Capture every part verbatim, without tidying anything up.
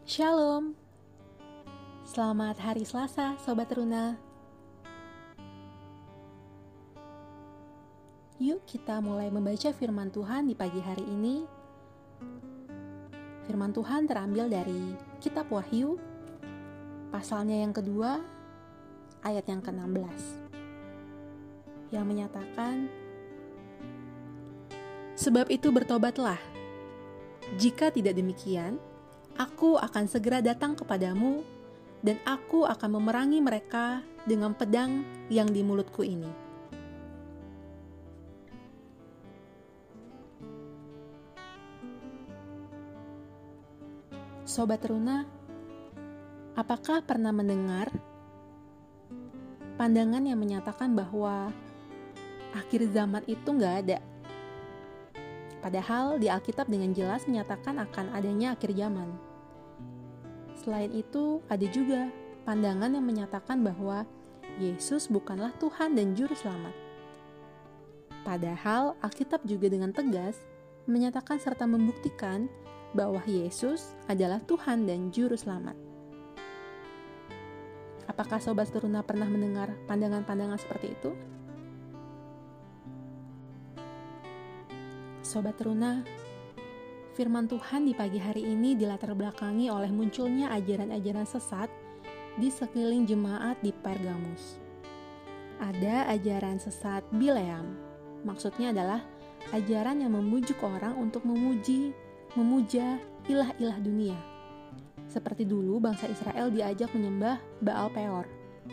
Shalom, selamat hari Selasa, Sobat Runa. Yuk kita mulai membaca firman Tuhan di pagi hari ini. Firman Tuhan terambil dari Kitab Wahyu, pasalnya yang kedua, ayat yang ke enam belas, yang menyatakan, "Sebab itu bertobatlah, jika tidak demikian, Aku akan segera datang kepadamu, dan aku akan memerangi mereka dengan pedang yang di mulutku ini." Sobat Runa, apakah pernah mendengar pandangan yang menyatakan bahwa akhir zaman itu nggak ada? Padahal di Alkitab dengan jelas menyatakan akan adanya akhir zaman. Selain itu, ada juga pandangan yang menyatakan bahwa Yesus bukanlah Tuhan dan Juru Selamat. Padahal Alkitab juga dengan tegas menyatakan serta membuktikan bahwa Yesus adalah Tuhan dan Juru Selamat. Apakah Sobat Runa pernah mendengar pandangan-pandangan seperti itu? Sobat Runa, firman Tuhan di pagi hari ini dilatar belakangi oleh munculnya ajaran-ajaran sesat di sekeliling jemaat di Pergamus. Ada ajaran sesat Bileam, maksudnya adalah ajaran yang membujuk orang untuk memuji, memuja ilah-ilah dunia. Seperti dulu bangsa Israel diajak menyembah Baal Peor.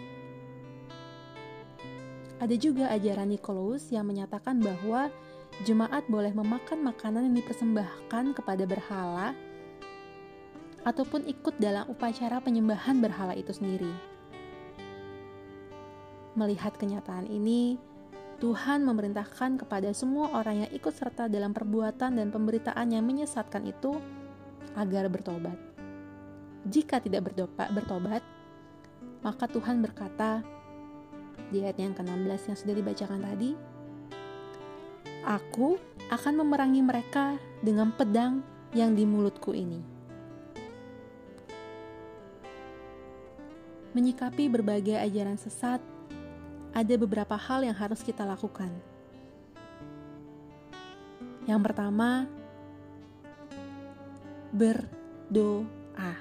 Ada juga ajaran Nikolaus yang menyatakan bahwa jemaat boleh memakan makanan yang dipersembahkan kepada berhala ataupun ikut dalam upacara penyembahan berhala itu sendiri. Melihat kenyataan ini, Tuhan memerintahkan kepada semua orang yang ikut serta dalam perbuatan dan pemberitaan yang menyesatkan itu agar bertobat. Jika tidak bertobat, maka Tuhan berkata di ayat yang ke enam belas yang sudah dibacakan tadi, "Aku akan memerangi mereka dengan pedang yang di mulutku ini." Menyikapi berbagai ajaran sesat, ada beberapa hal yang harus kita lakukan. Yang pertama, berdoa.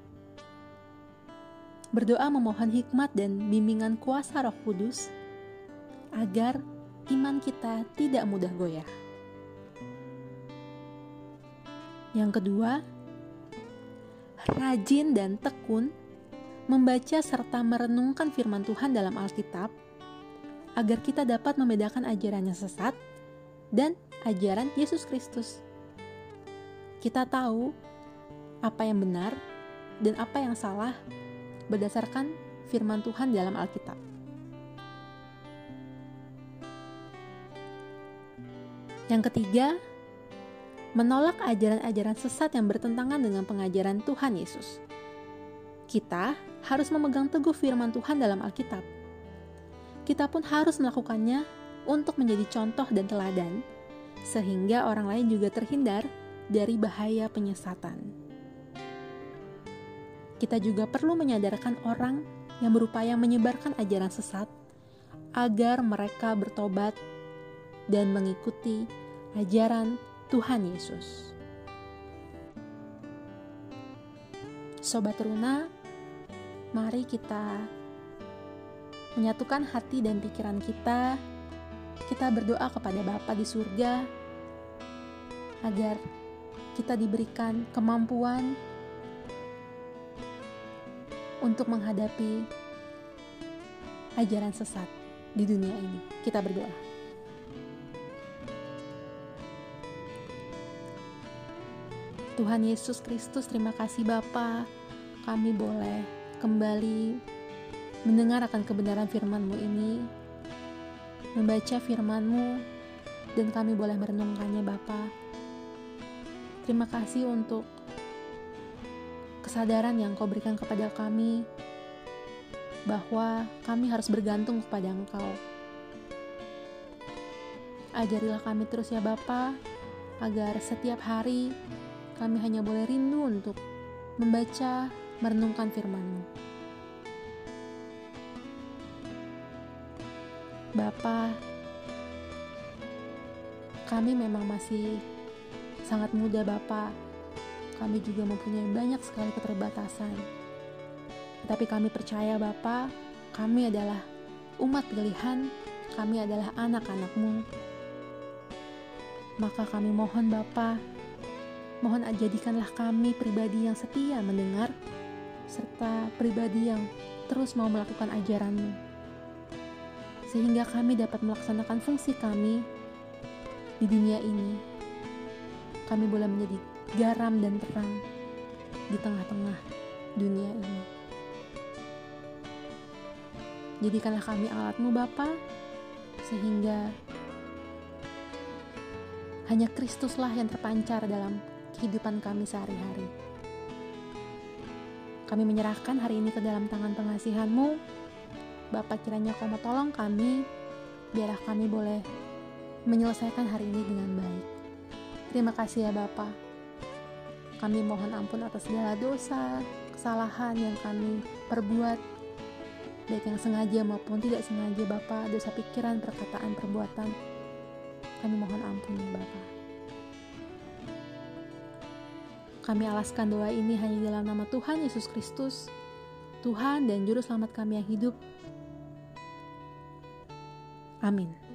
Berdoa memohon hikmat dan bimbingan kuasa Roh Kudus agar iman kita tidak mudah goyah. Yang kedua, rajin dan tekun membaca serta merenungkan firman Tuhan dalam Alkitab agar kita dapat membedakan ajaran yang sesat dan ajaran Yesus Kristus. Kita tahu apa yang benar dan apa yang salah berdasarkan firman Tuhan dalam Alkitab. Yang ketiga, menolak ajaran-ajaran sesat yang bertentangan dengan pengajaran Tuhan Yesus. Kita harus memegang teguh firman Tuhan dalam Alkitab. Kita pun harus melakukannya untuk menjadi contoh dan teladan, sehingga orang lain juga terhindar dari bahaya penyesatan. Kita juga perlu menyadarkan orang yang berupaya menyebarkan ajaran sesat agar mereka bertobat dan mengikuti ajaran Tuhan Yesus. Sobat Runa, mari kita menyatukan hati dan pikiran kita. Kita berdoa kepada Bapa di surga agar kita diberikan kemampuan untuk menghadapi ajaran sesat di dunia ini. Kita berdoa. Tuhan Yesus Kristus, terima kasih Bapa, kami boleh kembali mendengar akan kebenaran firman-Mu ini, membaca firman-Mu, dan kami boleh merenungkannya Bapa. Terima kasih untuk kesadaran yang Kau berikan kepada kami, bahwa kami harus bergantung kepada Engkau. Ajarilah kami terus ya Bapa, agar setiap hari kami hanya boleh rindu untuk membaca, merenungkan firman-Mu. Bapa, kami memang masih sangat muda Bapa. Kami juga mempunyai banyak sekali keterbatasan. Tetapi kami percaya Bapa, kami adalah umat pilihan, kami adalah anak-anak-Mu. Maka kami mohon Bapa, mohon jadikanlah kami pribadi yang setia mendengar, serta pribadi yang terus mau melakukan ajaran-Mu. Sehingga kami dapat melaksanakan fungsi kami di dunia ini. Kami boleh menjadi garam dan terang di tengah-tengah dunia ini. Jadikanlah kami alat-Mu Bapa, sehingga hanya Kristuslah yang terpancar dalam kehidupan kami sehari-hari. Kami menyerahkan hari ini ke dalam tangan pengasihan-Mu. Bapa, kiranya Kau mau tolong kami, biarlah kami boleh menyelesaikan hari ini dengan baik. Terima kasih ya Bapa. Kami mohon ampun atas segala dosa, kesalahan yang kami perbuat, baik yang sengaja maupun tidak sengaja Bapa, dosa pikiran, perkataan, perbuatan. Kami mohon ampun ya Bapa. Kami alaskan doa ini hanya dalam nama Tuhan Yesus Kristus, Tuhan dan Juru Selamat kami yang hidup. Amin.